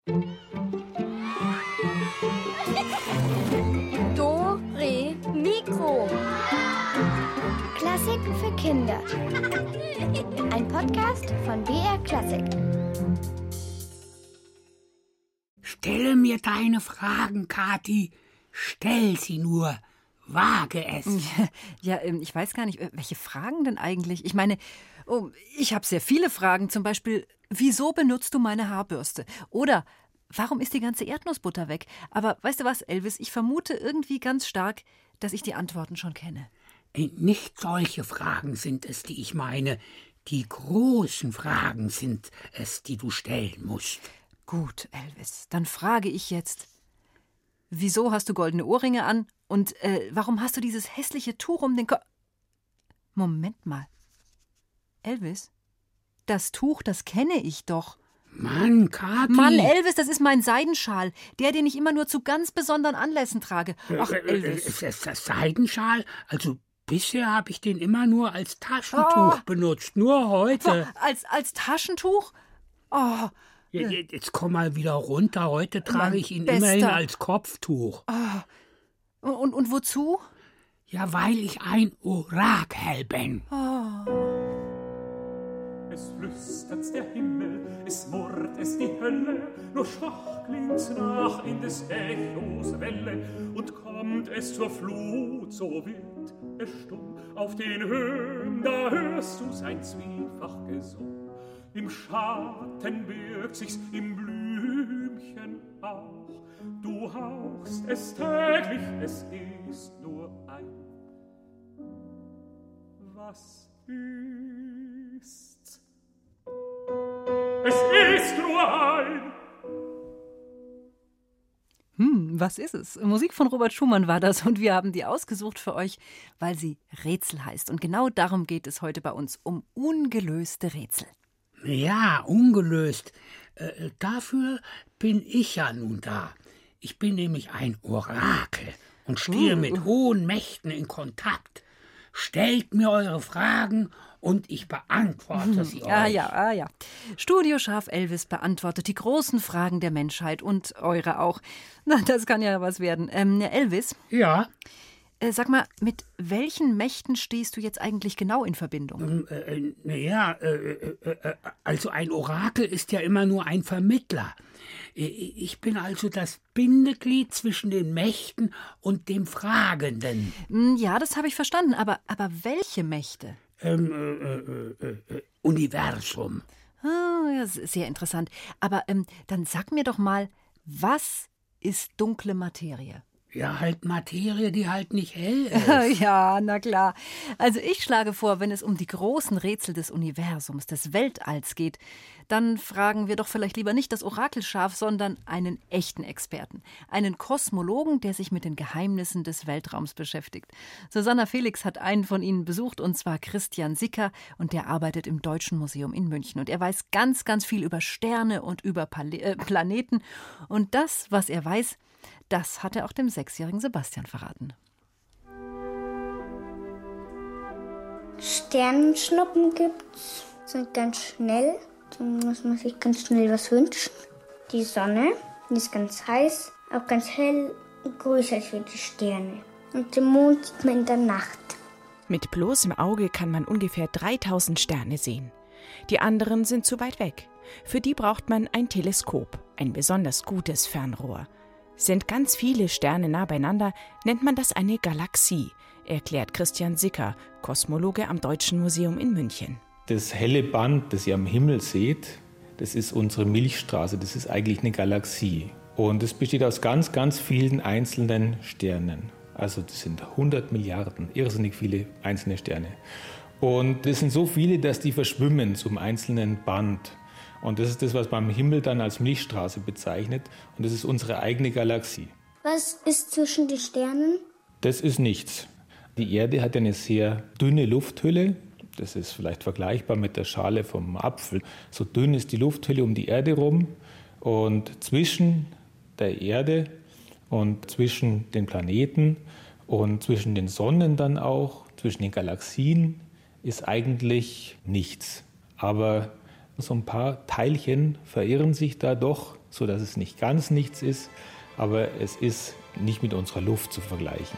Do, Re, Mikro. Klassiken für Kinder. Ein Podcast von BR Klassik. Stelle mir deine Fragen, Kathi. Stell sie nur. Wage es. Ja, ich weiß gar nicht, welche Fragen denn eigentlich? Ich meine, ich habe sehr viele Fragen. Zum Beispiel, wieso benutzt du meine Haarbürste? Oder, warum ist die ganze Erdnussbutter weg? Aber weißt du was, Elvis, ich vermute irgendwie ganz stark, dass ich die Antworten schon kenne. Nicht solche Fragen sind es, die ich meine. Die großen Fragen sind es, die du stellen musst. Gut, Elvis, dann frage ich jetzt, wieso hast du goldene Ohrringe an und warum hast du dieses hässliche Tuch um den Kopf? Moment mal. Elvis, das Tuch, das kenne ich doch. Mann, Kathi. Mann, Elvis, das ist mein Seidenschal, den ich immer nur zu ganz besonderen Anlässen trage. Ach, Elvis. Ist das Seidenschal? Also bisher habe ich den immer nur als Taschentuch benutzt, nur heute. Als Taschentuch? Oh. Jetzt komm mal wieder runter, heute trage ich ihn immerhin als Kopftuch. Oh. Und wozu? Ja, weil ich ein Orakel bin. Es flüstert's der Himmel, es murrt es die Hölle, nur schwach klingt's nach in des Echos Welle, und kommt es zur Flut, so wird es stumm. Auf den Höhen, da hörst du sein zwiefach Gesang. Im Schatten birgt sich's im Blümchen auch. Du hauchst es täglich, es ist nur ein. Was ist's? Es ist nur ein. Was ist es? Musik von Robert Schumann war das und wir haben die ausgesucht für euch, weil sie Rätsel heißt. Und genau darum geht es heute bei uns, um ungelöste Rätsel. Ja, ungelöst. Dafür bin ich ja nun da. Ich bin nämlich ein Orakel und stehe mit hohen Mächten in Kontakt. Stellt mir eure Fragen und ich beantworte sie euch. Ja. Studioscharf Elvis beantwortet die großen Fragen der Menschheit und eure auch. Na, das kann ja was werden. Elvis? Ja? Sag mal, mit welchen Mächten stehst du jetzt eigentlich genau in Verbindung? Also ein Orakel ist ja immer nur ein Vermittler. Ich bin also das Bindeglied zwischen den Mächten und dem Fragenden. Ja, das habe ich verstanden, aber welche Mächte? Universum. Ja, sehr interessant. Aber dann sag mir doch mal, was ist dunkle Materie? Ja, halt Materie, die halt nicht hell ist. Ja, na klar. Also ich schlage vor, wenn es um die großen Rätsel des Universums, des Weltalls geht, dann fragen wir doch vielleicht lieber nicht das Orakelschaf, sondern einen echten Experten. Einen Kosmologen, der sich mit den Geheimnissen des Weltraums beschäftigt. Susanna Felix hat einen von ihnen besucht, und zwar Christian Sicker, und der arbeitet im Deutschen Museum in München. Und er weiß ganz, ganz viel über Sterne und über Planeten. Und das, was er weiß, das hat er auch dem 6-jährigen Sebastian verraten. Sternenschnuppen gibt's, sind ganz schnell. Da muss man sich ganz schnell was wünschen. Die Sonne, die ist ganz heiß, auch ganz hell, größer als die Sterne. Und den Mond sieht man in der Nacht. Mit bloßem Auge kann man ungefähr 3000 Sterne sehen. Die anderen sind zu weit weg. Für die braucht man ein Teleskop, ein besonders gutes Fernrohr. Sind ganz viele Sterne nah beieinander, nennt man das eine Galaxie, erklärt Christian Sicker, Kosmologe am Deutschen Museum in München. Das helle Band, das ihr am Himmel seht, das ist unsere Milchstraße, das ist eigentlich eine Galaxie. Und es besteht aus ganz, ganz vielen einzelnen Sternen. Also das sind 100 Milliarden, irrsinnig viele einzelne Sterne. Und das sind so viele, dass die verschwimmen zum einzelnen Band. Und das ist das, was man am Himmel dann als Milchstraße bezeichnet. Und das ist unsere eigene Galaxie. Was ist zwischen den Sternen? Das ist nichts. Die Erde hat eine sehr dünne Lufthülle. Das ist vielleicht vergleichbar mit der Schale vom Apfel. So dünn ist die Lufthülle um die Erde rum. Und zwischen der Erde und zwischen den Planeten und zwischen den Sonnen dann auch, zwischen den Galaxien, ist eigentlich nichts. Aber so ein paar Teilchen verirren sich da doch sodass es nicht ganz nichts ist, aber es ist nicht mit unserer Luft zu vergleichen.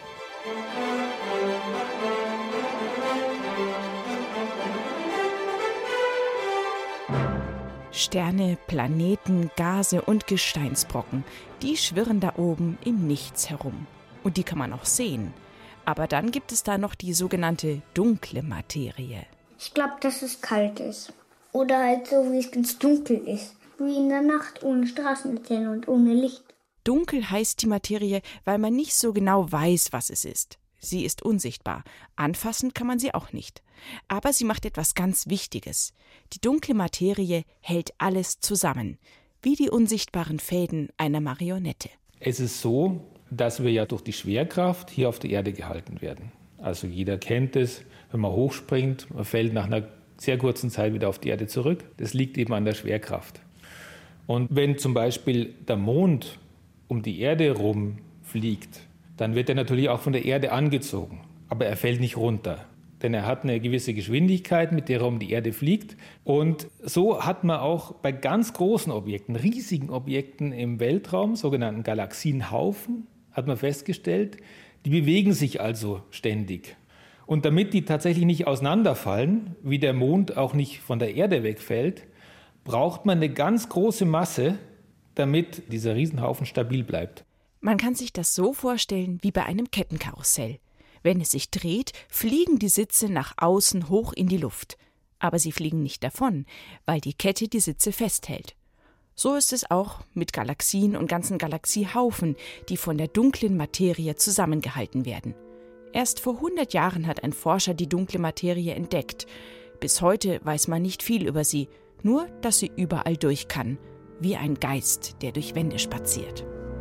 Sterne, Planeten, Gase und Gesteinsbrocken, die schwirren da oben im Nichts herum. Und die kann man auch sehen. Aber dann gibt es da noch die sogenannte dunkle Materie. Ich glaube, dass es kalt ist. Oder halt so, wie es ganz dunkel ist. Wie in der Nacht ohne Straßenlaterne und ohne Licht. Dunkel heißt die Materie, weil man nicht so genau weiß, was es ist. Sie ist unsichtbar. Anfassen kann man sie auch nicht. Aber sie macht etwas ganz Wichtiges. Die dunkle Materie hält alles zusammen, wie die unsichtbaren Fäden einer Marionette. Es ist so, dass wir ja durch die Schwerkraft hier auf der Erde gehalten werden. Also jeder kennt es, wenn man hochspringt, man fällt nach einer sehr kurzen Zeit wieder auf die Erde zurück. Das liegt eben an der Schwerkraft. Und wenn zum Beispiel der Mond um die Erde rumfliegt, dann wird er natürlich auch von der Erde angezogen. Aber er fällt nicht runter. Denn er hat eine gewisse Geschwindigkeit, mit der er um die Erde fliegt. Und so hat man auch bei ganz großen Objekten, riesigen Objekten im Weltraum, sogenannten Galaxienhaufen, hat man festgestellt, die bewegen sich also ständig. Und damit die tatsächlich nicht auseinanderfallen, wie der Mond auch nicht von der Erde wegfällt, braucht man eine ganz große Masse, damit dieser Riesenhaufen stabil bleibt. Man kann sich das so vorstellen wie bei einem Kettenkarussell. Wenn es sich dreht, fliegen die Sitze nach außen hoch in die Luft. Aber sie fliegen nicht davon, weil die Kette die Sitze festhält. So ist es auch mit Galaxien und ganzen Galaxiehaufen, die von der dunklen Materie zusammengehalten werden. Erst vor 100 Jahren hat ein Forscher die dunkle Materie entdeckt. Bis heute weiß man nicht viel über sie, nur dass sie überall durch kann, wie ein Geist, der durch Wände spaziert.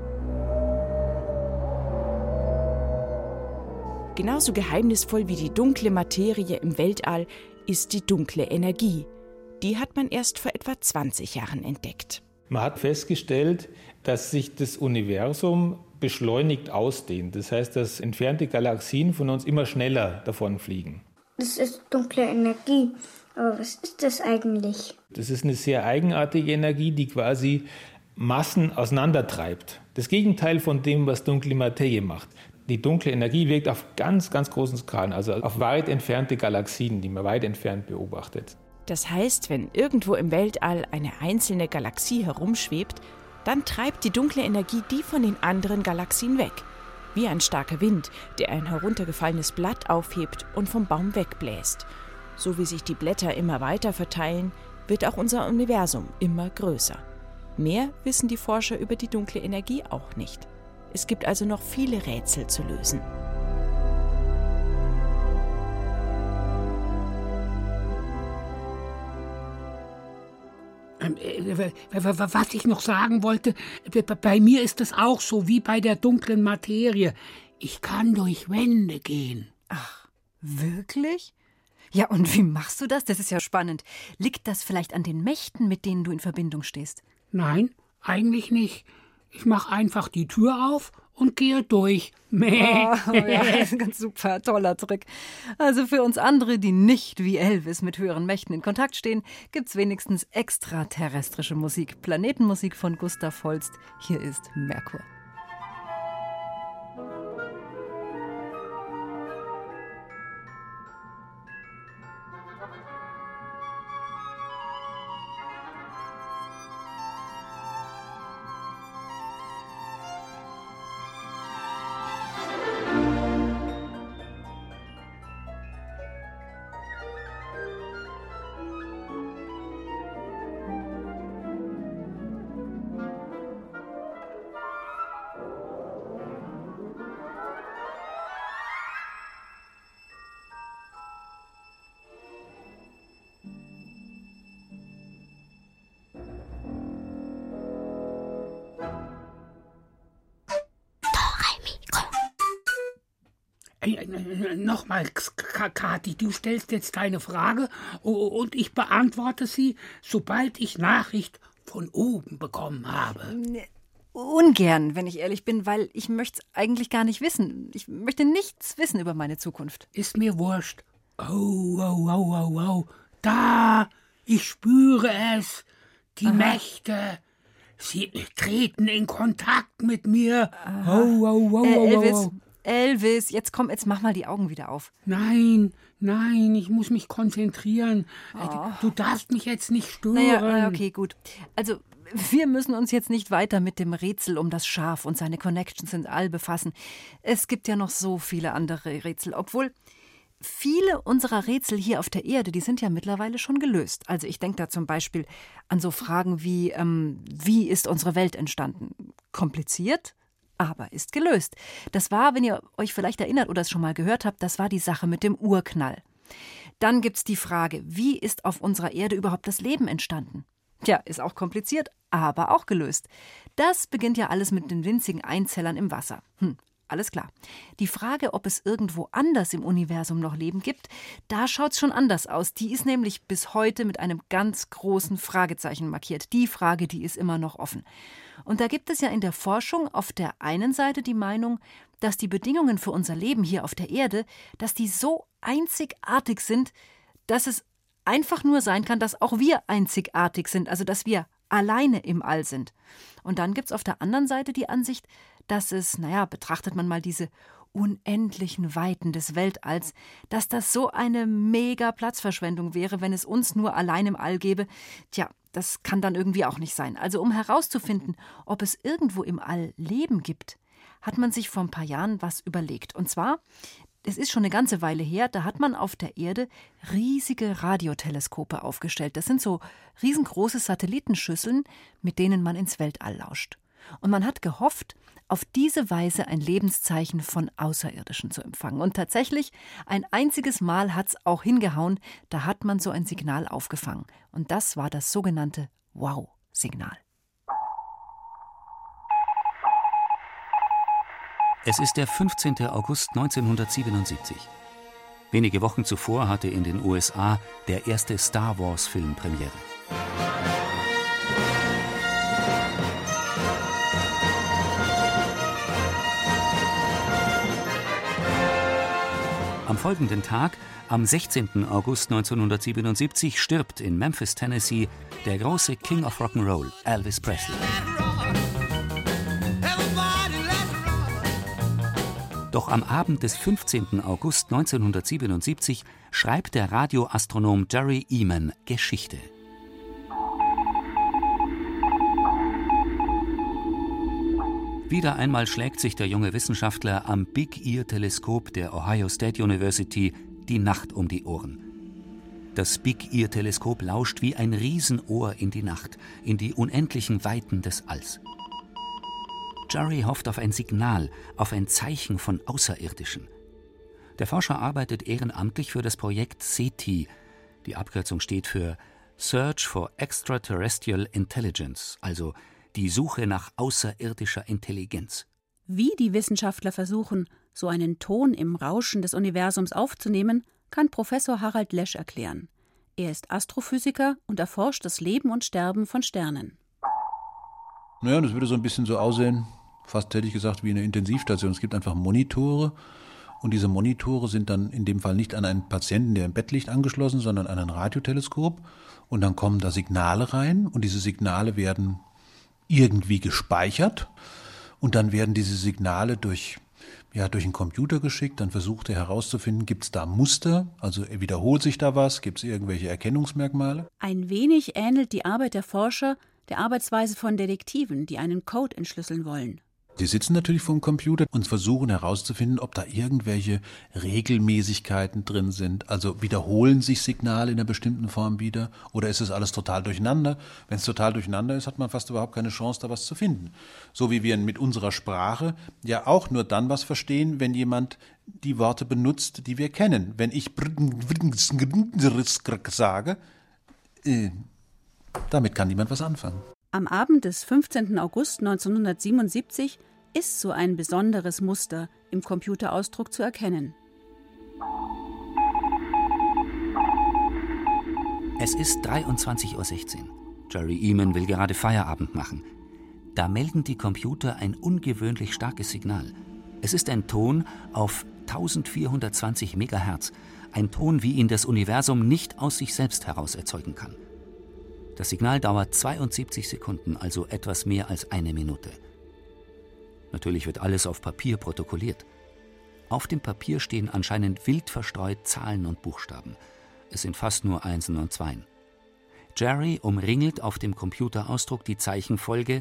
Genauso geheimnisvoll wie die dunkle Materie im Weltall ist die dunkle Energie. Die hat man erst vor etwa 20 Jahren entdeckt. Man hat festgestellt, dass sich das Universum beschleunigt ausdehnt. Das heißt, dass entfernte Galaxien von uns immer schneller davonfliegen. Das ist dunkle Energie. Aber was ist das eigentlich? Das ist eine sehr eigenartige Energie, die quasi Massen auseinandertreibt. Das Gegenteil von dem, was dunkle Materie macht. Die dunkle Energie wirkt auf ganz, ganz großen Skalen, also auf weit entfernte Galaxien, die man weit entfernt beobachtet. Das heißt, wenn irgendwo im Weltall eine einzelne Galaxie herumschwebt, dann treibt die dunkle Energie die von den anderen Galaxien weg. Wie ein starker Wind, der ein heruntergefallenes Blatt aufhebt und vom Baum wegbläst. So wie sich die Blätter immer weiter verteilen, wird auch unser Universum immer größer. Mehr wissen die Forscher über die dunkle Energie auch nicht. Es gibt also noch viele Rätsel zu lösen. Was ich noch sagen wollte, bei mir ist es auch so wie bei der dunklen Materie. Ich kann durch Wände gehen. Ach, wirklich? Ja, und wie machst du das? Das ist ja spannend. Liegt das vielleicht an den Mächten, mit denen du in Verbindung stehst? Nein, eigentlich nicht. Ich mache einfach die Tür auf und gehe durch. Oh, ja, das ist ein ganz super, toller Trick. Also für uns andere, die nicht wie Elvis mit höheren Mächten in Kontakt stehen, gibt's wenigstens extraterrestrische Musik. Planetenmusik von Gustav Holst. Hier ist Merkur. Nochmal, Kathi, du stellst jetzt deine Frage und ich beantworte sie, sobald ich Nachricht von oben bekommen habe. Ungern, wenn ich ehrlich bin, weil ich möchte es eigentlich gar nicht wissen. Ich möchte nichts wissen über meine Zukunft. Ist mir wurscht. Oh. Da, ich spüre es. Die Mächte. Sie treten in Kontakt mit mir. Oh. Elvis, jetzt mach mal die Augen wieder auf. Nein, ich muss mich konzentrieren. Du darfst mich jetzt nicht stören. Naja, okay, gut. Also, wir müssen uns jetzt nicht weiter mit dem Rätsel um das Schaf und seine Connections ins All befassen. Es gibt ja noch so viele andere Rätsel, obwohl viele unserer Rätsel hier auf der Erde, die sind ja mittlerweile schon gelöst. Also ich denke da zum Beispiel an so Fragen wie, wie ist unsere Welt entstanden? Kompliziert, aber ist gelöst. Das war, wenn ihr euch vielleicht erinnert oder es schon mal gehört habt, das war die Sache mit dem Urknall. Dann gibt's die Frage, wie ist auf unserer Erde überhaupt das Leben entstanden? Tja, ist auch kompliziert, aber auch gelöst. Das beginnt ja alles mit den winzigen Einzellern im Wasser. Alles klar. Die Frage, ob es irgendwo anders im Universum noch Leben gibt, da schaut's schon anders aus. Die ist nämlich bis heute mit einem ganz großen Fragezeichen markiert. Die Frage, die ist immer noch offen. Und da gibt es ja in der Forschung auf der einen Seite die Meinung, dass die Bedingungen für unser Leben hier auf der Erde, dass die so einzigartig sind, dass es einfach nur sein kann, dass auch wir einzigartig sind, also dass wir alleine im All sind. Und dann gibt's auf der anderen Seite die Ansicht, dass es, betrachtet man mal diese unendlichen Weiten des Weltalls, dass das so eine mega Platzverschwendung wäre, wenn es uns nur allein im All gäbe. Tja, das kann dann irgendwie auch nicht sein. Also um herauszufinden, ob es irgendwo im All Leben gibt, hat man sich vor ein paar Jahren was überlegt. Und zwar, es ist schon eine ganze Weile her, da hat man auf der Erde riesige Radioteleskope aufgestellt. Das sind so riesengroße Satellitenschüsseln, mit denen man ins Weltall lauscht. Und man hat gehofft, auf diese Weise ein Lebenszeichen von Außerirdischen zu empfangen. Und tatsächlich, ein einziges Mal hat's auch hingehauen, da hat man so ein Signal aufgefangen. Und das war das sogenannte Wow-Signal. Es ist der 15. August 1977. Wenige Wochen zuvor hatte in den USA der erste Star-Wars-Film Premiere. Am folgenden Tag, am 16. August 1977, stirbt in Memphis, Tennessee, der große King of Rock'n'Roll, Elvis Presley. Doch am Abend des 15. August 1977 schreibt der Radioastronom Jerry Ehman Geschichte. Wieder einmal schlägt sich der junge Wissenschaftler am Big Ear Teleskop der Ohio State University die Nacht um die Ohren. Das Big Ear Teleskop lauscht wie ein Riesenohr in die Nacht, in die unendlichen Weiten des Alls. Jerry hofft auf ein Signal, auf ein Zeichen von Außerirdischen. Der Forscher arbeitet ehrenamtlich für das Projekt SETI. Die Abkürzung steht für Search for Extraterrestrial Intelligence, also die Suche nach außerirdischer Intelligenz. Wie die Wissenschaftler versuchen, so einen Ton im Rauschen des Universums aufzunehmen, kann Professor Harald Lesch erklären. Er ist Astrophysiker und erforscht das Leben und Sterben von Sternen. Naja, das würde so ein bisschen so aussehen, fast hätte ich gesagt, wie eine Intensivstation. Es gibt einfach Monitore und diese Monitore sind dann in dem Fall nicht an einen Patienten, der im Bett liegt, angeschlossen, sondern an ein Radioteleskop. Und dann kommen da Signale rein und diese Signale werden irgendwie gespeichert und dann werden diese Signale durch einen Computer geschickt. Dann versucht er herauszufinden, gibt es da Muster, also wiederholt sich da was, gibt es irgendwelche Erkennungsmerkmale? Ein wenig ähnelt die Arbeit der Forscher der Arbeitsweise von Detektiven, die einen Code entschlüsseln wollen. Sie sitzen natürlich vor dem Computer und versuchen herauszufinden, ob da irgendwelche Regelmäßigkeiten drin sind. Also wiederholen sich Signale in einer bestimmten Form wieder oder ist es alles total durcheinander? Wenn es total durcheinander ist, hat man fast überhaupt keine Chance, da was zu finden. So wie wir mit unserer Sprache ja auch nur dann was verstehen, wenn jemand die Worte benutzt, die wir kennen. Wenn ich sage, damit kann niemand was anfangen. Am Abend des 15. August 1977 ist so ein besonderes Muster im Computerausdruck zu erkennen. Es ist 23:16 Uhr. Jerry Ehman will gerade Feierabend machen. Da melden die Computer ein ungewöhnlich starkes Signal. Es ist ein Ton auf 1420 Megahertz. Ein Ton, wie ihn das Universum nicht aus sich selbst heraus erzeugen kann. Das Signal dauert 72 Sekunden, also etwas mehr als 1 Minute. Natürlich wird alles auf Papier protokolliert. Auf dem Papier stehen anscheinend wild verstreut Zahlen und Buchstaben. Es sind fast nur Einsen und Zweien. Jerry umringelt auf dem Computerausdruck die Zeichenfolge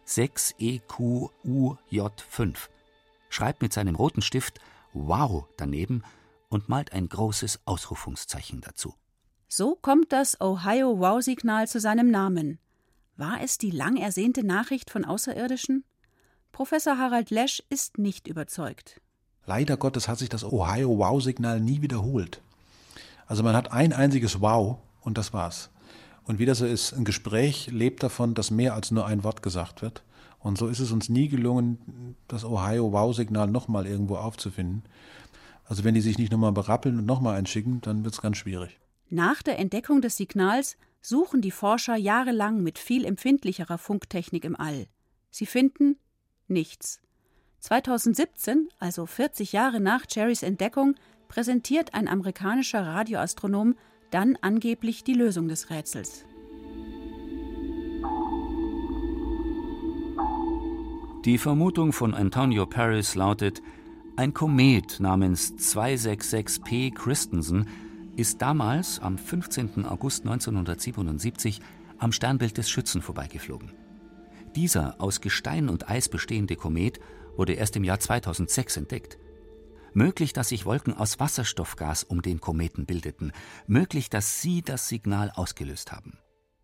6EQUJ5, schreibt mit seinem roten Stift »Wow« daneben und malt ein großes Ausrufungszeichen dazu. So kommt das Ohio-Wow-Signal zu seinem Namen. War es die lang ersehnte Nachricht von Außerirdischen? Professor Harald Lesch ist nicht überzeugt. Leider Gottes hat sich das Ohio-Wow-Signal nie wiederholt. Also man hat ein einziges Wow und das war's. Und wie das so ist, ein Gespräch lebt davon, dass mehr als nur ein Wort gesagt wird. Und so ist es uns nie gelungen, das Ohio-Wow-Signal nochmal irgendwo aufzufinden. Also wenn die sich nicht nochmal berappeln und nochmal einschicken, dann wird's ganz schwierig. Nach der Entdeckung des Signals suchen die Forscher jahrelang mit viel empfindlicherer Funktechnik im All. Sie finden nichts. 2017, also 40 Jahre nach Jerrys Entdeckung, präsentiert ein amerikanischer Radioastronom dann angeblich die Lösung des Rätsels. Die Vermutung von Antonio Paris lautet, ein Komet namens 266P Christensen ist damals am 15. August 1977 am Sternbild des Schützen vorbeigeflogen. Dieser aus Gestein und Eis bestehende Komet wurde erst im Jahr 2006 entdeckt. Möglich, dass sich Wolken aus Wasserstoffgas um den Kometen bildeten. Möglich, dass sie das Signal ausgelöst haben.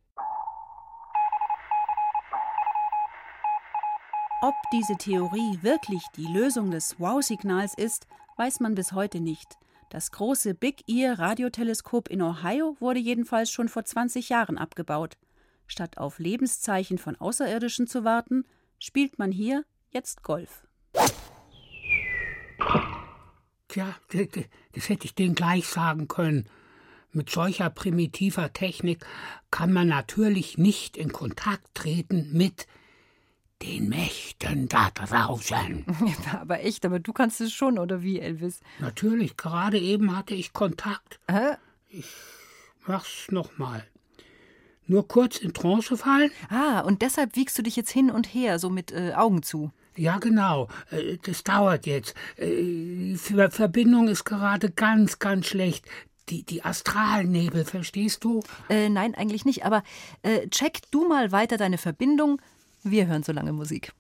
Ob diese Theorie wirklich die Lösung des Wow-Signals ist, weiß man bis heute nicht. Das große Big Ear Radioteleskop in Ohio wurde jedenfalls schon vor 20 Jahren abgebaut. Statt auf Lebenszeichen von Außerirdischen zu warten, spielt man hier jetzt Golf. Tja, das hätte ich denen gleich sagen können. Mit solcher primitiver Technik kann man natürlich nicht in Kontakt treten mit den Mächten da draußen. Aber echt, aber du kannst es schon, oder wie, Elvis? Natürlich, gerade eben hatte ich Kontakt. Ich mach's nochmal. Nur kurz in Trance fallen. Und deshalb wiegst du dich jetzt hin und her, so mit Augen zu. Ja, genau. Das dauert jetzt. Die Verbindung ist gerade ganz, ganz schlecht. Die Astralnebel, verstehst du? Nein, eigentlich nicht. Aber check du mal weiter deine Verbindung. Wir hören so lange Musik.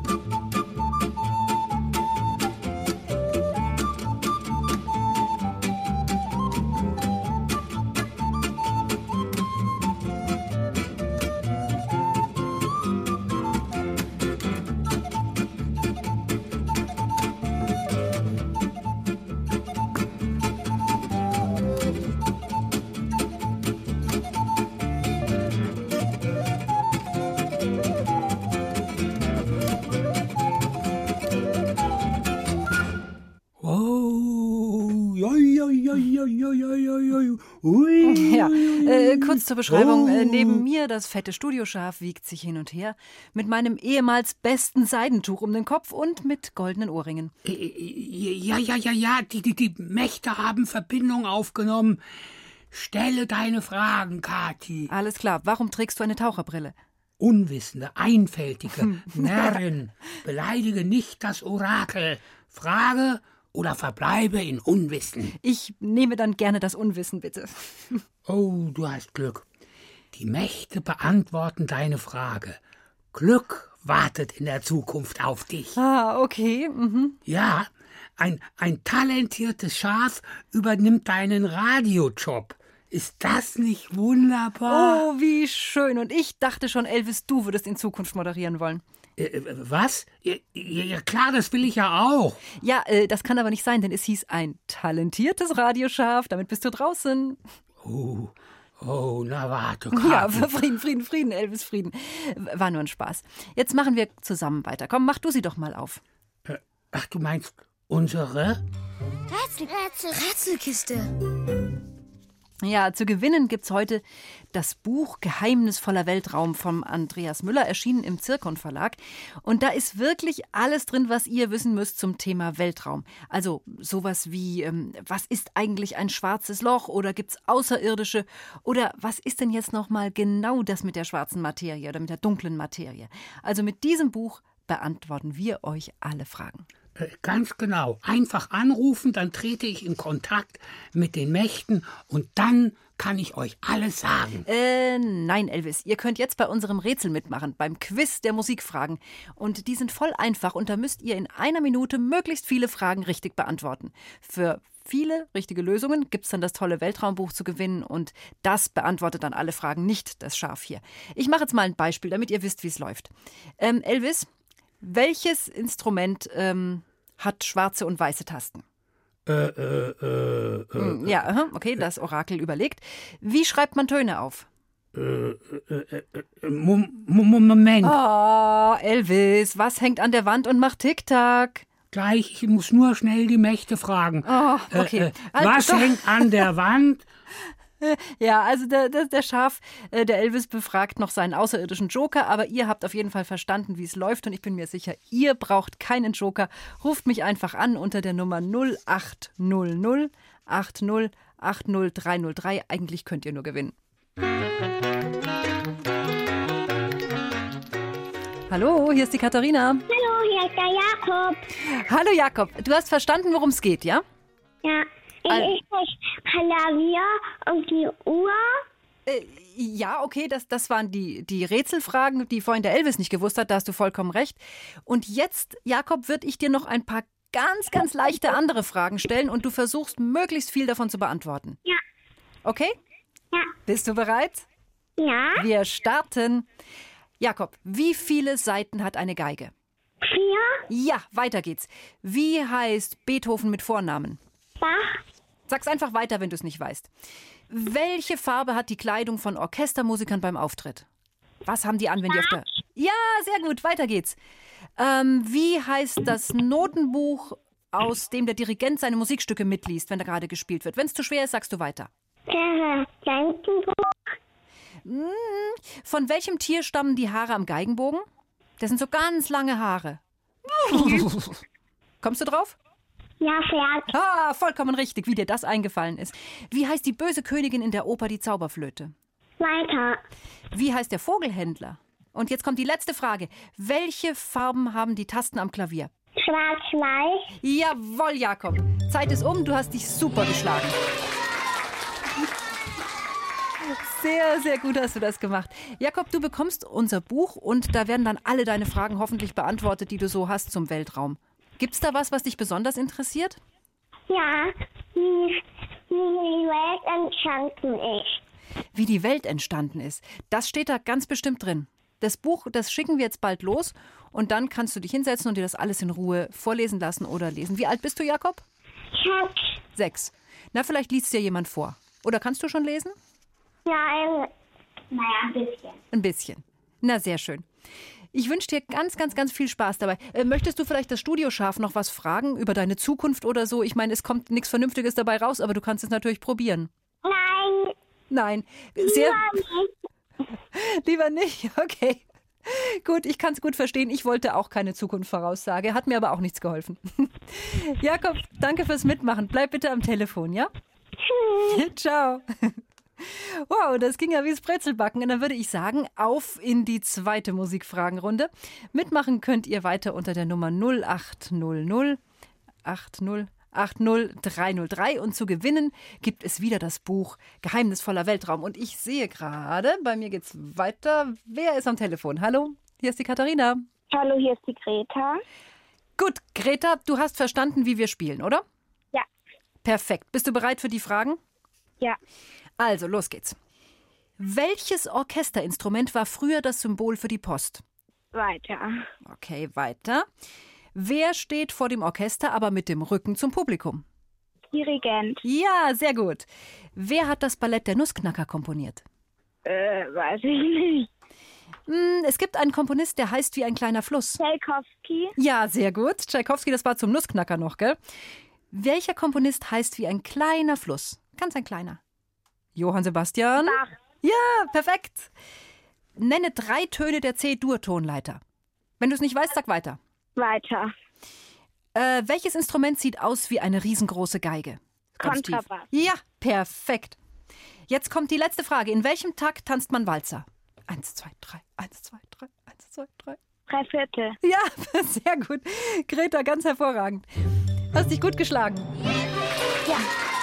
Kurz zur Beschreibung. Neben mir das fette Studioschaf wiegt sich hin und her, mit meinem ehemals besten Seidentuch um den Kopf und mit goldenen Ohrringen. Ja, die Mächte haben Verbindung aufgenommen. Stelle deine Fragen, Kathi. Alles klar. Warum trägst du eine Taucherbrille? Unwissende, einfältige Närrin, beleidige nicht das Orakel. Frage oder verbleibe in Unwissen. Ich nehme dann gerne das Unwissen, bitte. Oh, du hast Glück. Die Mächte beantworten deine Frage. Glück wartet in der Zukunft auf dich. Okay. Mhm. Ja, ein talentiertes Schaf übernimmt deinen Radiojob. Ist das nicht wunderbar? Oh, wie schön. Und ich dachte schon, Elvis, du würdest in Zukunft moderieren wollen. Was? Ja, klar, das will ich ja auch. Ja, das kann aber nicht sein, denn es hieß ein talentiertes Radioschaf. Damit bist du draußen. Oh, na warte, Kathi. Ja, Frieden, Elvis, Frieden. War nur ein Spaß. Jetzt machen wir zusammen weiter. Komm, mach du sie doch mal auf. Ach, du meinst unsere? Rätselkiste. Ja, zu gewinnen gibt's heute das Buch Geheimnisvoller Weltraum vom Andreas Müller, erschienen im Zirkon Verlag. Und da ist wirklich alles drin, was ihr wissen müsst zum Thema Weltraum. Also sowas wie, was ist eigentlich ein schwarzes Loch oder gibt's Außerirdische? Oder was ist denn jetzt nochmal genau das mit der schwarzen Materie oder mit der dunklen Materie? Also mit diesem Buch beantworten wir euch alle Fragen. Ganz genau. Einfach anrufen, dann trete ich in Kontakt mit den Mächten und dann kann ich euch alles sagen. Nein, Elvis, ihr könnt jetzt bei unserem Rätsel mitmachen, beim Quiz der Musikfragen. Und die sind voll einfach und da müsst ihr in einer Minute möglichst viele Fragen richtig beantworten. Für viele richtige Lösungen gibt es dann das tolle Weltraumbuch zu gewinnen und das beantwortet dann alle Fragen, nicht das Schaf hier. Ich mache jetzt mal ein Beispiel, damit ihr wisst, wie es läuft. Elvis, welches Instrument hat schwarze und weiße Tasten? Ja, okay, das Orakel überlegt. Wie schreibt man Töne auf? Moment. Oh, Elvis, was hängt an der Wand und macht Tick-Tack? Gleich, ich muss nur schnell die Mächte fragen. Oh, okay. Was hängt an der Wand? Ja, also der Schaf, der Elvis befragt noch seinen außerirdischen Joker, aber ihr habt auf jeden Fall verstanden, wie es läuft und ich bin mir sicher, ihr braucht keinen Joker. Ruft mich einfach an unter der Nummer 0800 80 80 303. Eigentlich könnt ihr nur gewinnen. Hallo, hier ist die Katharina. Hallo, hier ist der Jakob. Hallo Jakob, du hast verstanden, worum es geht, ja? Ja, ich Klavier und die Uhr. Ja, okay, das waren die Rätselfragen, die vorhin der Elvis nicht gewusst hat, da hast du vollkommen recht. Und jetzt, Jakob, würde ich dir noch ein paar ganz, ganz leichte andere Fragen stellen und du versuchst, möglichst viel davon zu beantworten. Ja. Okay? Ja. Bist du bereit? Ja. Wir starten. Jakob, wie viele Saiten hat eine Geige? 4. Ja, weiter geht's. Wie heißt Beethoven mit Vornamen? Bach. Sag's einfach weiter, wenn du es nicht weißt. Welche Farbe hat die Kleidung von Orchestermusikern beim Auftritt? Was haben die an, wenn die auf der... Ja, sehr gut, weiter geht's. Wie heißt das Notenbuch, aus dem der Dirigent seine Musikstücke mitliest, wenn da gerade gespielt wird? Wenn es zu schwer ist, sagst du weiter. Geigenbuch. Von welchem Tier stammen die Haare am Geigenbogen? Das sind so ganz lange Haare. Kommst du drauf? Ja, Pferd. Ah, vollkommen richtig, wie dir das eingefallen ist. Wie heißt die böse Königin in der Oper Die Zauberflöte? Weiter. Wie heißt der Vogelhändler? Und jetzt kommt die letzte Frage. Welche Farben haben die Tasten am Klavier? Schwarz-Weiß. Jawohl, Jakob. Zeit ist um, du hast dich super geschlagen. Sehr, sehr gut hast du das gemacht. Jakob, du bekommst unser Buch und da werden dann alle deine Fragen hoffentlich beantwortet, die du so hast zum Weltraum. Gibt's da was dich besonders interessiert? Ja, wie die Welt entstanden ist. Wie die Welt entstanden ist, das steht da ganz bestimmt drin. Das Buch, das schicken wir jetzt bald los und dann kannst du dich hinsetzen und dir das alles in Ruhe vorlesen lassen oder lesen. Wie alt bist du, Jakob? 6. Na, vielleicht liest dir jemand vor. Oder kannst du schon lesen? Ja, ein bisschen. Ein bisschen. Na, sehr schön. Ich wünsche dir ganz, ganz, ganz viel Spaß dabei. Möchtest du vielleicht das Studioschaf noch was fragen über deine Zukunft oder so? Ich meine, es kommt nichts Vernünftiges dabei raus, aber du kannst es natürlich probieren. Nein. Nein. Lieber nicht? Okay. Gut, ich kann es gut verstehen. Ich wollte auch keine Zukunftsvoraussage, hat mir aber auch nichts geholfen. Jakob, danke fürs Mitmachen. Bleib bitte am Telefon, ja? Ciao. Wow, das ging ja wie das Brezelbacken. Und dann würde ich sagen, auf in die zweite Musikfragenrunde. Mitmachen könnt ihr weiter unter der Nummer 0800 80 80 303. Und zu gewinnen gibt es wieder das Buch Geheimnisvoller Weltraum. Und ich sehe gerade, bei mir geht's weiter. Wer ist am Telefon? Hallo, hier ist die Katharina. Hallo, hier ist die Greta. Gut, Greta, du hast verstanden, wie wir spielen, oder? Ja. Perfekt. Bist du bereit für die Fragen? Ja. Also, los geht's. Welches Orchesterinstrument war früher das Symbol für die Post? Weiter. Okay, weiter. Wer steht vor dem Orchester, aber mit dem Rücken zum Publikum? Dirigent. Ja, sehr gut. Wer hat das Ballett der Nussknacker komponiert? Weiß ich nicht. Es gibt einen Komponist, der heißt wie ein kleiner Fluss. Tschaikowski. Ja, sehr gut. Tschaikowski, das war zum Nussknacker noch, gell? Welcher Komponist heißt wie ein kleiner Fluss? Ganz ein kleiner. Johann Sebastian? Bach. Ja, perfekt. Nenne 3 Töne der C-Dur-Tonleiter. Wenn du es nicht weißt, sag weiter. Weiter. Welches Instrument sieht aus wie eine riesengroße Geige? Ganz tief. Kontrabass. Ja, perfekt. Jetzt kommt die letzte Frage. In welchem Takt tanzt man Walzer? 1, 2, 3, 1, 2, 3, 1, 2, 3. 3/4. Ja, sehr gut. Greta, ganz hervorragend. Hast dich gut geschlagen. Ja.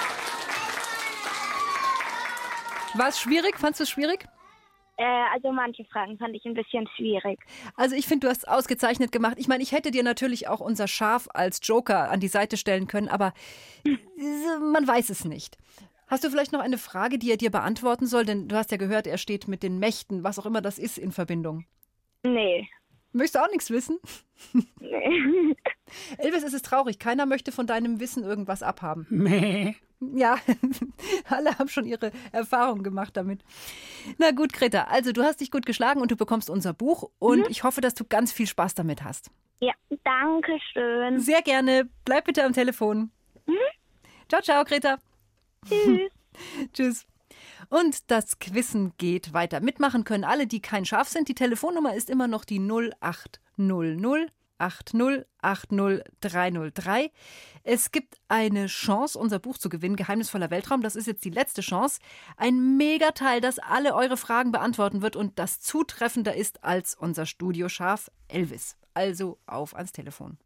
War es schwierig? Fandest du es schwierig? Also manche Fragen fand ich ein bisschen schwierig. Also ich finde, du hast es ausgezeichnet gemacht. Ich meine, ich hätte dir natürlich auch unser Schaf als Joker an die Seite stellen können, aber man weiß es nicht. Hast du vielleicht noch eine Frage, die er dir beantworten soll? Denn du hast ja gehört, er steht mit den Mächten, was auch immer das ist, in Verbindung. Nee. Möchtest du auch nichts wissen? Nee. Elvis, es ist traurig. Keiner möchte von deinem Wissen irgendwas abhaben. Meh. Ja, alle haben schon ihre Erfahrungen gemacht damit. Na gut, Greta, also du hast dich gut geschlagen und du bekommst unser Buch. Und ich hoffe, dass du ganz viel Spaß damit hast. Ja, danke schön. Sehr gerne. Bleib bitte am Telefon. Ciao, ciao, Greta. Tschüss. Tschüss. Und das Quizzen geht weiter. Mitmachen können alle, die kein Schaf sind. Die Telefonnummer ist immer noch die 0800 80 80 303. Es gibt eine Chance, unser Buch zu gewinnen, Geheimnisvoller Weltraum. Das ist jetzt die letzte Chance. Ein Megateil, das alle eure Fragen beantworten wird und das zutreffender ist als unser Studioschaf Elvis. Also auf ans Telefon.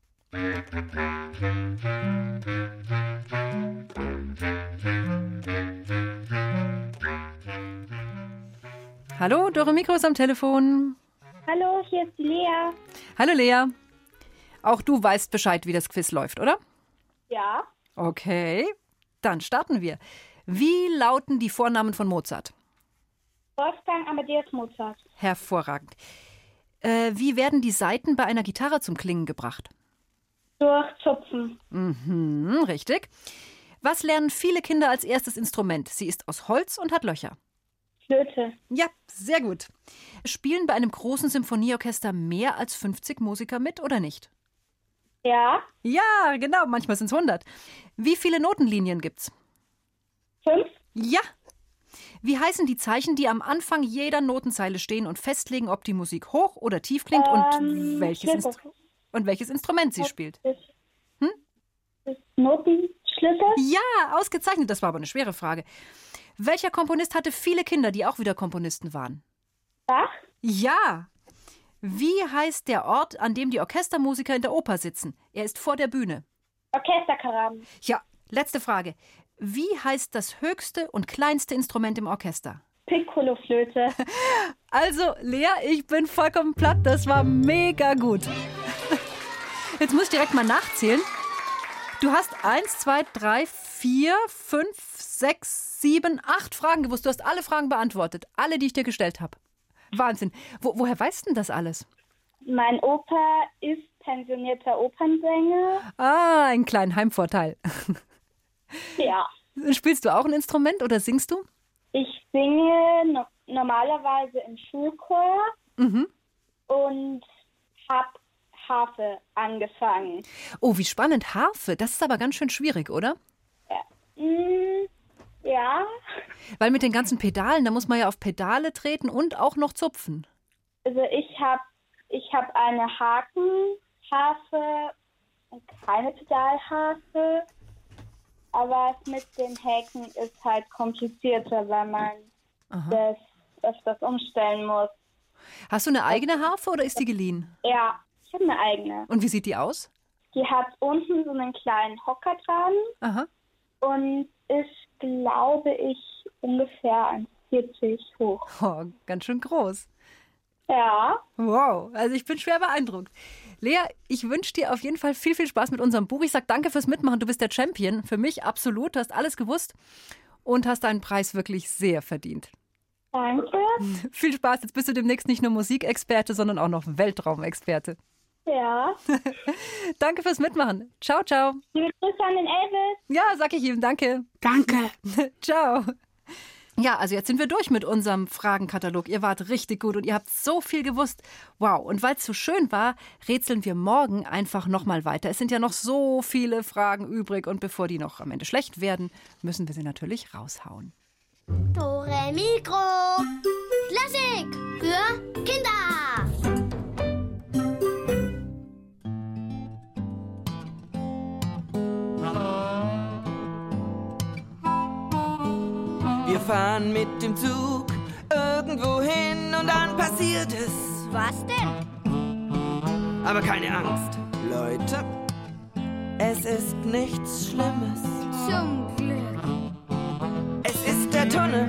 Hallo, Dore Mikro ist am Telefon. Hallo, hier ist die Lea. Hallo Lea. Auch du weißt Bescheid, wie das Quiz läuft, oder? Ja. Okay, dann starten wir. Wie lauten die Vornamen von Mozart? Wolfgang Amadeus Mozart. Hervorragend. Wie werden die Saiten bei einer Gitarre zum Klingen gebracht? Durch Zupfen. Mhm, richtig. Was lernen viele Kinder als erstes Instrument? Sie ist aus Holz und hat Löcher. Flöte. Ja, sehr gut. Spielen bei einem großen Symphonieorchester mehr als 50 Musiker mit oder nicht? Ja. Ja, genau, manchmal sind es 100. Wie viele Notenlinien gibt's? 5. Ja. Wie heißen die Zeichen, die am Anfang jeder Notenzeile stehen und festlegen, ob die Musik hoch oder tief klingt und welches Instrument sie spielt? Notenschlüssel? Ja, ausgezeichnet. Das war aber eine schwere Frage. Welcher Komponist hatte viele Kinder, die auch wieder Komponisten waren? Bach? Ja. Wie heißt der Ort, an dem die Orchestermusiker in der Oper sitzen? Er ist vor der Bühne. Orchesterkaraben. Ja, letzte Frage. Wie heißt das höchste und kleinste Instrument im Orchester? Piccoloflöte. Also, Lea, ich bin vollkommen platt. Das war mega gut. Jetzt muss ich direkt mal nachzählen. Du hast 1, 2, 3, 4, 5, 6, 7, 8 Fragen gewusst. Du hast alle Fragen beantwortet. Alle, die ich dir gestellt habe. Wahnsinn. Woher weißt denn das alles? Mein Opa ist pensionierter Opernsänger. Ah, einen kleinen Heimvorteil. Ja. Spielst du auch ein Instrument oder singst du? Ich singe normalerweise im Schulchor und habe Harfe angefangen. Oh, wie spannend. Harfe, das ist aber ganz schön schwierig, oder? Ja. Weil mit den ganzen Pedalen, da muss man ja auf Pedale treten und auch noch zupfen. Also ich hab eine Hakenharfe und keine Pedalharfe. Aber mit den Häken ist halt komplizierter, weil man das öfters umstellen muss. Hast du eine eigene Harfe oder ist die geliehen? Ja, ich habe eine eigene. Und wie sieht die aus? Die hat unten so einen kleinen Hocker dran. Aha. Und ist, glaube ich, ungefähr 1,40 hoch. Oh, ganz schön groß. Ja. Wow, also ich bin schwer beeindruckt. Lea, ich wünsche dir auf jeden Fall viel, viel Spaß mit unserem Buch. Ich sage danke fürs Mitmachen. Du bist der Champion. Für mich absolut. Du hast alles gewusst und hast deinen Preis wirklich sehr verdient. Danke. Viel Spaß. Jetzt bist du demnächst nicht nur Musikexperte, sondern auch noch Weltraumexperte. Ja. Danke fürs Mitmachen. Ciao, ciao. Liebe Grüße an den Elvis. Ja, sag ich ihm. Danke. Danke. Ciao. Ja, also jetzt sind wir durch mit unserem Fragenkatalog. Ihr wart richtig gut und ihr habt so viel gewusst. Wow, und weil es so schön war, rätseln wir morgen einfach nochmal weiter. Es sind ja noch so viele Fragen übrig und bevor die noch am Ende schlecht werden, müssen wir sie natürlich raushauen. Dore Mikro. Klassik für Kinder. Wir fahren mit dem Zug irgendwo hin und dann passiert es. Was denn? Aber keine Angst, Leute. Es ist nichts Schlimmes. Zum Glück. Es ist der Tunnel.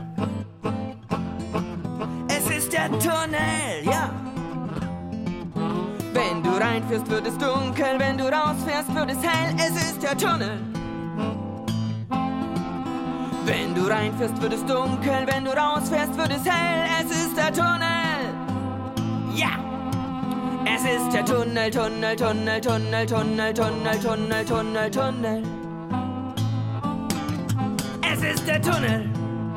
Es ist der Tunnel, ja. Wenn du reinfährst, wird es dunkel. Wenn du rausfährst, wird es hell. Es ist der Tunnel. Wenn du reinfährst, wird es dunkel. Wenn du rausfährst, wird es hell. Es ist der Tunnel. Ja. Es ist der Tunnel, Tunnel, Tunnel, Tunnel, Tunnel, Tunnel, Tunnel, Tunnel, Tunnel. Es ist der Tunnel.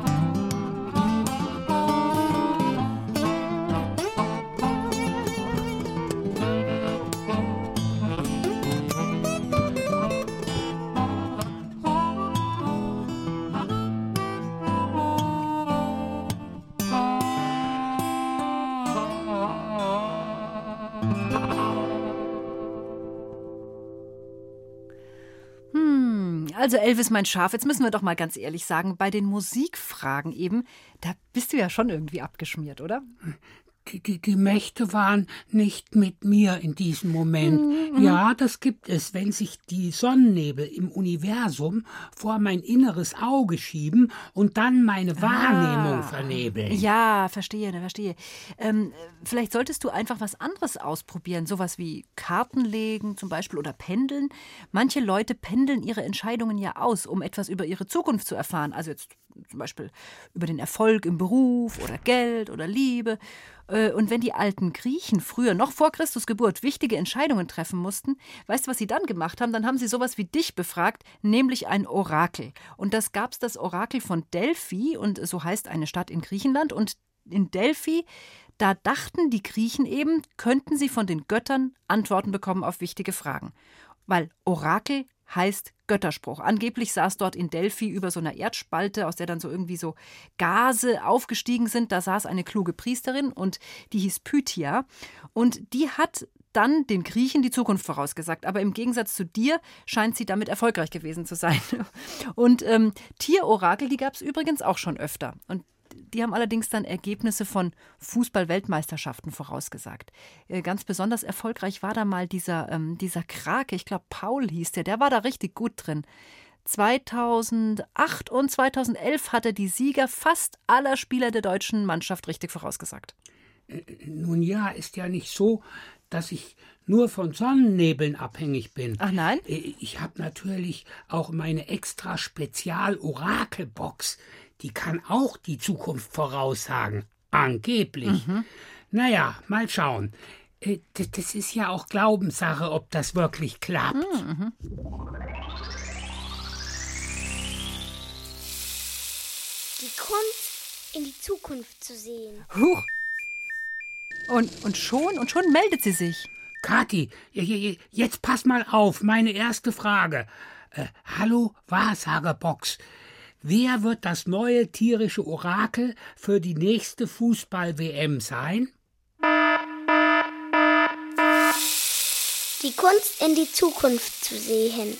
Also Elvis, mein Schaf, jetzt müssen wir doch mal ganz ehrlich sagen, bei den Musikfragen eben, da bist du ja schon irgendwie abgeschmiert, oder? Die Mächte waren nicht mit mir in diesem Moment. Ja, das gibt es, wenn sich die Sonnennebel im Universum vor mein inneres Auge schieben und dann meine Wahrnehmung vernebeln. Ja, verstehe. Vielleicht solltest du einfach was anderes ausprobieren, sowas wie Karten legen zum Beispiel oder pendeln. Manche Leute pendeln ihre Entscheidungen ja aus, um etwas über ihre Zukunft zu erfahren. Also jetzt zum Beispiel über den Erfolg im Beruf oder Geld oder Liebe. Und wenn die alten Griechen früher, noch vor Christus Geburt, wichtige Entscheidungen treffen mussten, weißt du, was sie dann gemacht haben? Dann haben sie sowas wie dich befragt, nämlich ein Orakel. Und das Orakel von Delphi, und so heißt eine Stadt in Griechenland. Und in Delphi, da dachten die Griechen eben, könnten sie von den Göttern Antworten bekommen auf wichtige Fragen. Weil Orakel heißt Götterspruch. Angeblich saß dort in Delphi über so einer Erdspalte, aus der dann so irgendwie so Gase aufgestiegen sind. Da saß eine kluge Priesterin und die hieß Pythia. Und die hat dann den Griechen die Zukunft vorausgesagt. Aber im Gegensatz zu dir scheint sie damit erfolgreich gewesen zu sein. Und Tierorakel, die gab es übrigens auch schon öfter. Und die haben allerdings dann Ergebnisse von Fußball-Weltmeisterschaften vorausgesagt. Ganz besonders erfolgreich war da mal dieser Krake, ich glaube Paul hieß der war da richtig gut drin. 2008 und 2011 hat er die Sieger fast aller Spieler der deutschen Mannschaft richtig vorausgesagt. Nun ja, ist ja nicht so, dass ich nur von Sonnennebeln abhängig bin. Ach nein? Ich habe natürlich auch meine extra Spezial-Orakelbox. Die kann auch die Zukunft voraussagen. Angeblich. Naja, mal schauen. Das ist ja auch Glaubenssache, ob das wirklich klappt. Die Kunst, in die Zukunft zu sehen. Huch. Und schon meldet sie sich. Kathi, jetzt pass mal auf, meine erste Frage. Hallo, Wahrsagerbox. Wer wird das neue tierische Orakel für die nächste Fußball-WM sein? Die Kunst, in die Zukunft zu sehen.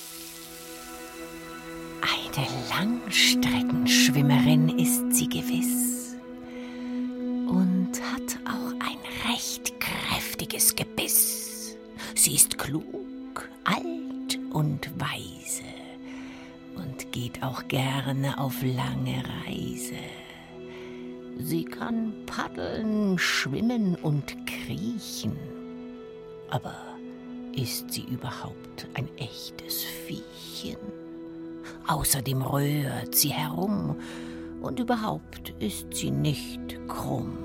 Eine Langstreckenschwimmerin ist sie gewiss und hat auch ein recht kräftiges Gebiss. Sie ist klug, alt und weise und geht auch gerne auf lange Reise. Sie kann paddeln, schwimmen und kriechen. Aber ist sie überhaupt ein echtes Viechchen? Außerdem röhrt sie herum und überhaupt ist sie nicht krumm.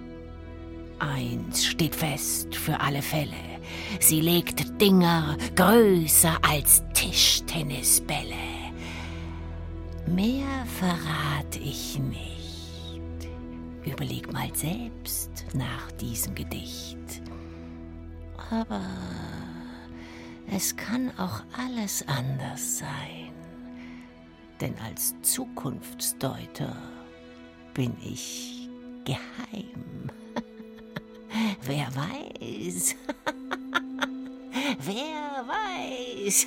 Eins steht fest für alle Fälle: sie legt Dinger größer als Tischtennisbälle. Mehr verrat ich nicht. Überleg mal selbst nach diesem Gedicht. Aber es kann auch alles anders sein. denn als Zukunftsdeuter bin ich geheim. Wer weiß? Wer weiß?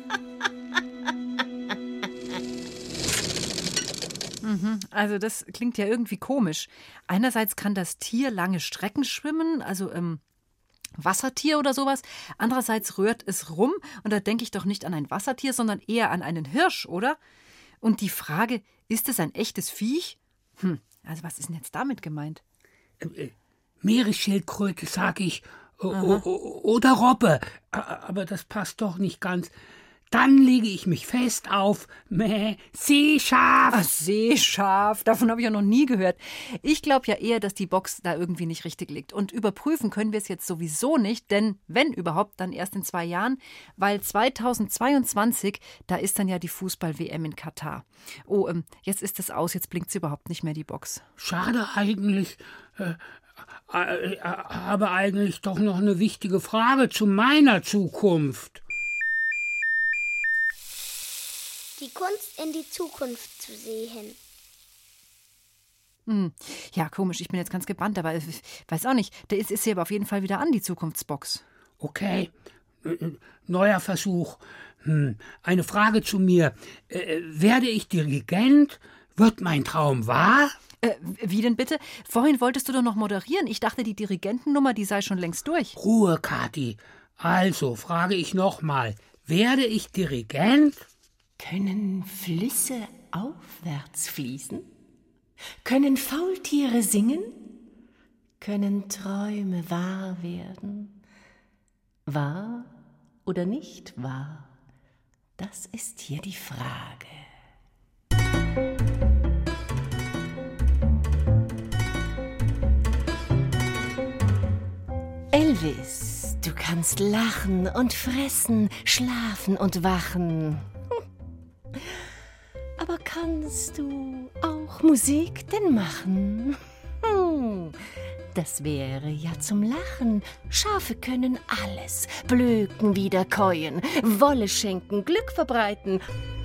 Also das klingt ja irgendwie komisch. Einerseits kann das Tier lange Strecken schwimmen, also Wassertier oder sowas. Andererseits rührt es rum und da denke ich doch nicht an ein Wassertier, sondern eher an einen Hirsch, oder? Und die Frage, ist es ein echtes Viech? Also was ist denn jetzt damit gemeint? Meeresschildkröte, sag ich, oder Robbe, aber das passt doch nicht ganz. Dann lege ich mich fest auf Seeschaf. Ach, Seeschaf, davon habe ich ja noch nie gehört. Ich glaube ja eher, dass die Box da irgendwie nicht richtig liegt. Und überprüfen können wir es jetzt sowieso nicht, denn wenn überhaupt, dann erst in 2 Jahren, weil 2022, da ist dann ja die Fußball-WM in Katar. Oh, jetzt ist es aus, jetzt blinkt sie überhaupt nicht mehr, die Box. Schade eigentlich, aber eigentlich doch noch eine wichtige Frage zu meiner Zukunft. Die Kunst, in die Zukunft zu sehen. Ja, komisch, ich bin jetzt ganz gebannt, aber ich weiß auch nicht. Da ist sie aber auf jeden Fall wieder an, die Zukunftsbox. Okay, neuer Versuch. Eine Frage zu mir. Werde ich Dirigent? Wird mein Traum wahr? Wie denn bitte? Vorhin wolltest du doch noch moderieren. Ich dachte, die Dirigentennummer, die sei schon längst durch. Ruhe, Kathi. Also, frage ich nochmal. Werde ich Dirigent? Können Flüsse aufwärts fließen? Können Faultiere singen? Können Träume wahr werden? Wahr oder nicht wahr? Das ist hier die Frage. Elvis, du kannst lachen und fressen, schlafen und wachen. Aber kannst du auch Musik denn machen? Das wäre ja zum Lachen. Schafe können alles. Blöken wiederkäuen, Wolle schenken, Glück verbreiten.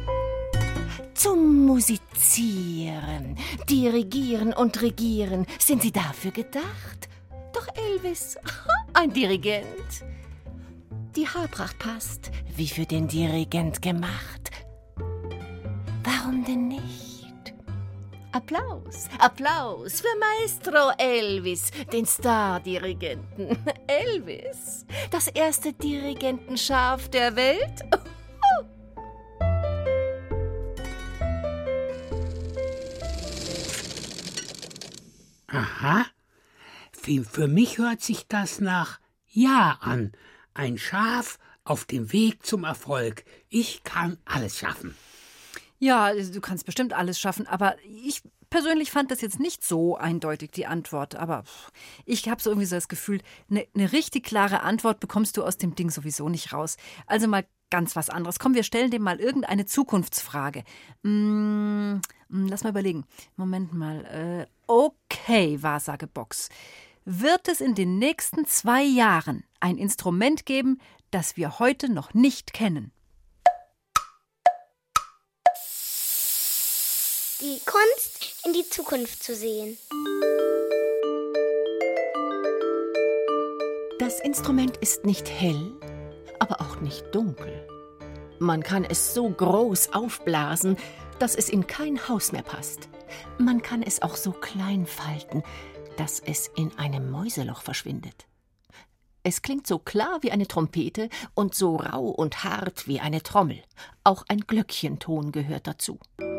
Zum Musizieren, Dirigieren und Regieren sind sie dafür gedacht. Doch Elvis, ein Dirigent. Die Haarpracht passt, wie für den Dirigent gemacht. Warum denn nicht? Applaus, Applaus für Maestro Elvis, den Star-Dirigenten. Elvis, das erste Dirigentenschaf der Welt. Aha, für mich hört sich das nach Ja an. Ein Schaf auf dem Weg zum Erfolg. Ich kann alles schaffen. Ja, du kannst bestimmt alles schaffen, aber ich persönlich fand das jetzt nicht so eindeutig, die Antwort. Aber ich habe so irgendwie so das Gefühl, eine richtig klare Antwort bekommst du aus dem Ding sowieso nicht raus. Also mal ganz was anderes. Komm, wir stellen dem mal irgendeine Zukunftsfrage. Lass mal überlegen. Moment mal. Okay, Wahrsagebox. Wird es in den nächsten 2 Jahren ein Instrument geben, das wir heute noch nicht kennen? Die Kunst, in die Zukunft zu sehen. Das Instrument ist nicht hell, aber auch nicht dunkel. Man kann es so groß aufblasen, dass es in kein Haus mehr passt. Man kann es auch so klein falten, dass es in einem Mäuseloch verschwindet. Es klingt so klar wie eine Trompete und so rau und hart wie eine Trommel. Auch ein Glöckchenton gehört dazu.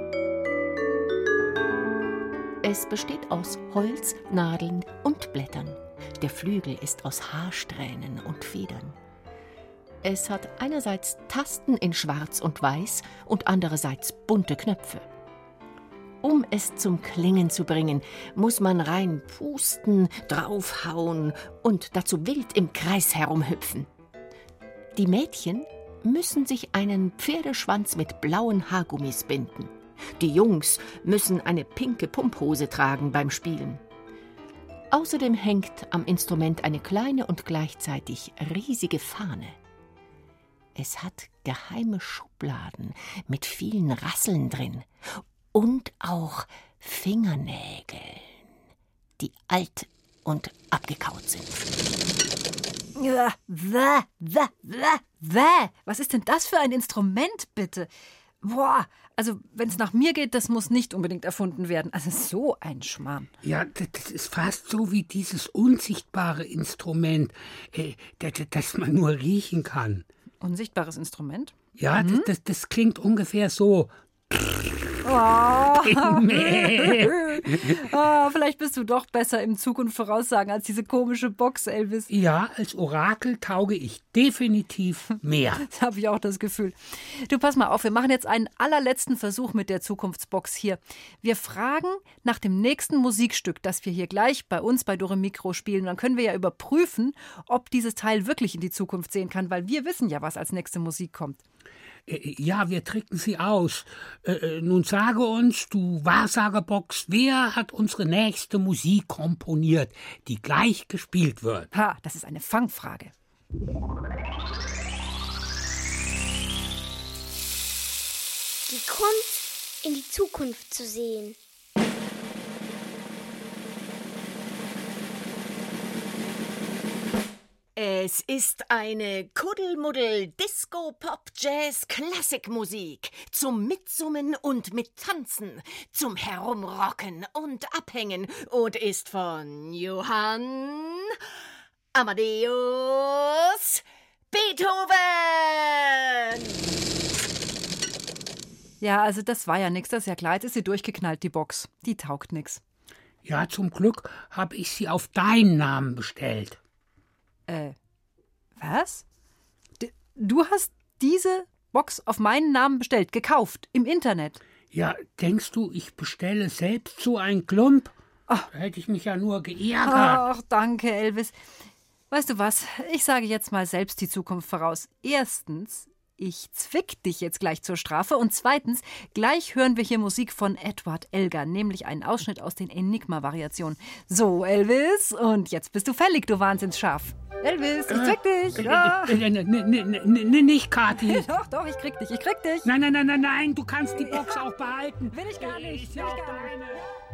Es besteht aus Holz, Nadeln und Blättern. Der Flügel ist aus Haarsträhnen und Federn. Es hat einerseits Tasten in Schwarz und Weiß und andererseits bunte Knöpfe. Um es zum Klingen zu bringen, muss man rein pusten, draufhauen und dazu wild im Kreis herumhüpfen. Die Mädchen müssen sich einen Pferdeschwanz mit blauen Haargummis binden. Die Jungs müssen eine pinke Pumphose tragen beim Spielen. Außerdem hängt am Instrument eine kleine und gleichzeitig riesige Fahne. Es hat geheime Schubladen mit vielen Rasseln drin und auch Fingernägeln, die alt und abgekaut sind. Was ist denn das für ein Instrument, bitte? Boah, also wenn es nach mir geht, das muss nicht unbedingt erfunden werden. Also so ein Schmarrn. Ja, das ist fast so wie dieses unsichtbare Instrument, das man nur riechen kann. Unsichtbares Instrument? Ja, das klingt ungefähr so. Vielleicht bist du doch besser im Zukunft voraussagen als diese komische Box, Elvis. Ja, als Orakel tauge ich definitiv mehr. Das habe ich auch das Gefühl. Du, pass mal auf, wir machen jetzt einen allerletzten Versuch mit der Zukunftsbox hier. Wir fragen nach dem nächsten Musikstück, das wir hier gleich bei uns bei Dore Mikro spielen. Dann können wir ja überprüfen, ob dieses Teil wirklich in die Zukunft sehen kann, weil wir wissen ja, was als nächste Musik kommt. Ja, wir tricksen sie aus. Nun sage uns, du Wahrsagerbox, wer hat unsere nächste Musik komponiert, die gleich gespielt wird? Ha, das ist eine Fangfrage. Die Kunst, in die Zukunft zu sehen. Es ist eine Kuddelmuddel-Disco-Pop-Jazz-Klassikmusik zum Mitsummen und Mittanzen, zum Herumrocken und Abhängen und ist von Johann Amadeus Beethoven. Ja, also das war ja nichts, das ist ja klar. Jetzt ist sie durchgeknallt, die Box. Die taugt nix. Ja, zum Glück habe ich sie auf deinen Namen bestellt. Was? Du hast diese Box auf meinen Namen bestellt, gekauft, im Internet? Ja, denkst du, ich bestelle selbst so ein Klump? Da hätte ich mich ja nur geärgert. Ach, danke, Elvis. Weißt du was, ich sage jetzt mal selbst die Zukunft voraus. Erstens, ich zwick dich jetzt gleich zur Strafe. Und zweitens, gleich hören wir hier Musik von Edward Elgar, nämlich einen Ausschnitt aus den Enigma-Variationen. So, Elvis, und jetzt bist du fällig, du Wahnsinnsschaf. Elvis, ich krieg dich. Ja. Nicht, Kathi. Doch, ich krieg dich. Nein, du kannst die Box auch behalten. Will ich gar nicht. Ist ja auch deine.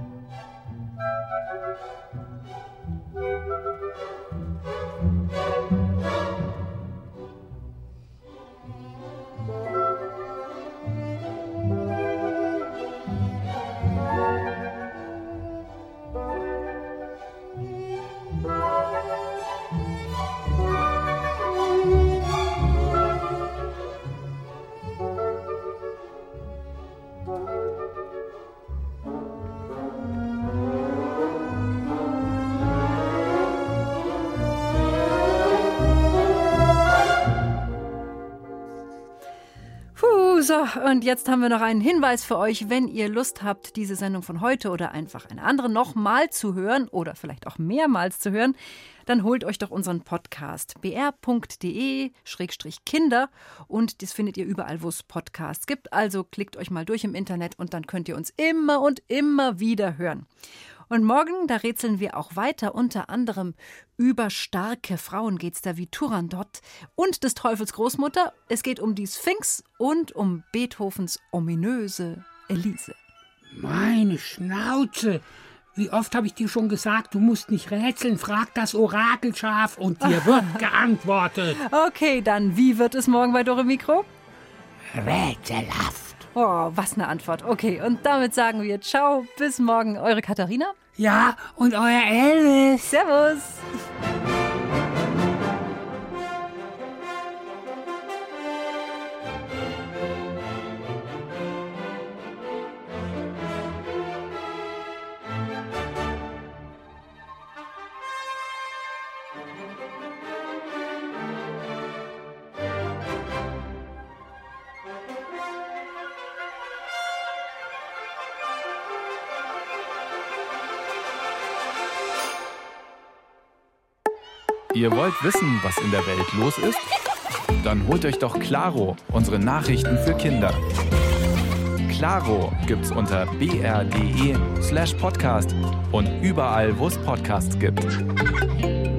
So, und jetzt haben wir noch einen Hinweis für euch. Wenn ihr Lust habt, diese Sendung von heute oder einfach eine andere nochmal zu hören oder vielleicht auch mehrmals zu hören, dann holt euch doch unseren Podcast br.de/Kinder und das findet ihr überall, wo es Podcasts gibt. Also klickt euch mal durch im Internet und dann könnt ihr uns immer und immer wieder hören. Und morgen, da rätseln wir auch weiter, unter anderem über starke Frauen geht's da wie Turandot und des Teufels Großmutter. Es geht um die Sphinx und um Beethovens ominöse Elise. Meine Schnauze! Wie oft habe ich dir schon gesagt, du musst nicht rätseln, frag das Orakelschaf und dir wird geantwortet. Okay, dann wie wird es morgen bei Dore Mikro? Rätselhaft. Oh, was eine Antwort. Okay, und damit sagen wir ciao, bis morgen. Eure Katharina. Ja, und euer Elvis. Servus. Ihr wollt wissen, was in der Welt los ist? Dann holt euch doch Claro, unsere Nachrichten für Kinder. Claro gibt's unter br.de/podcast und überall, wo es Podcasts gibt.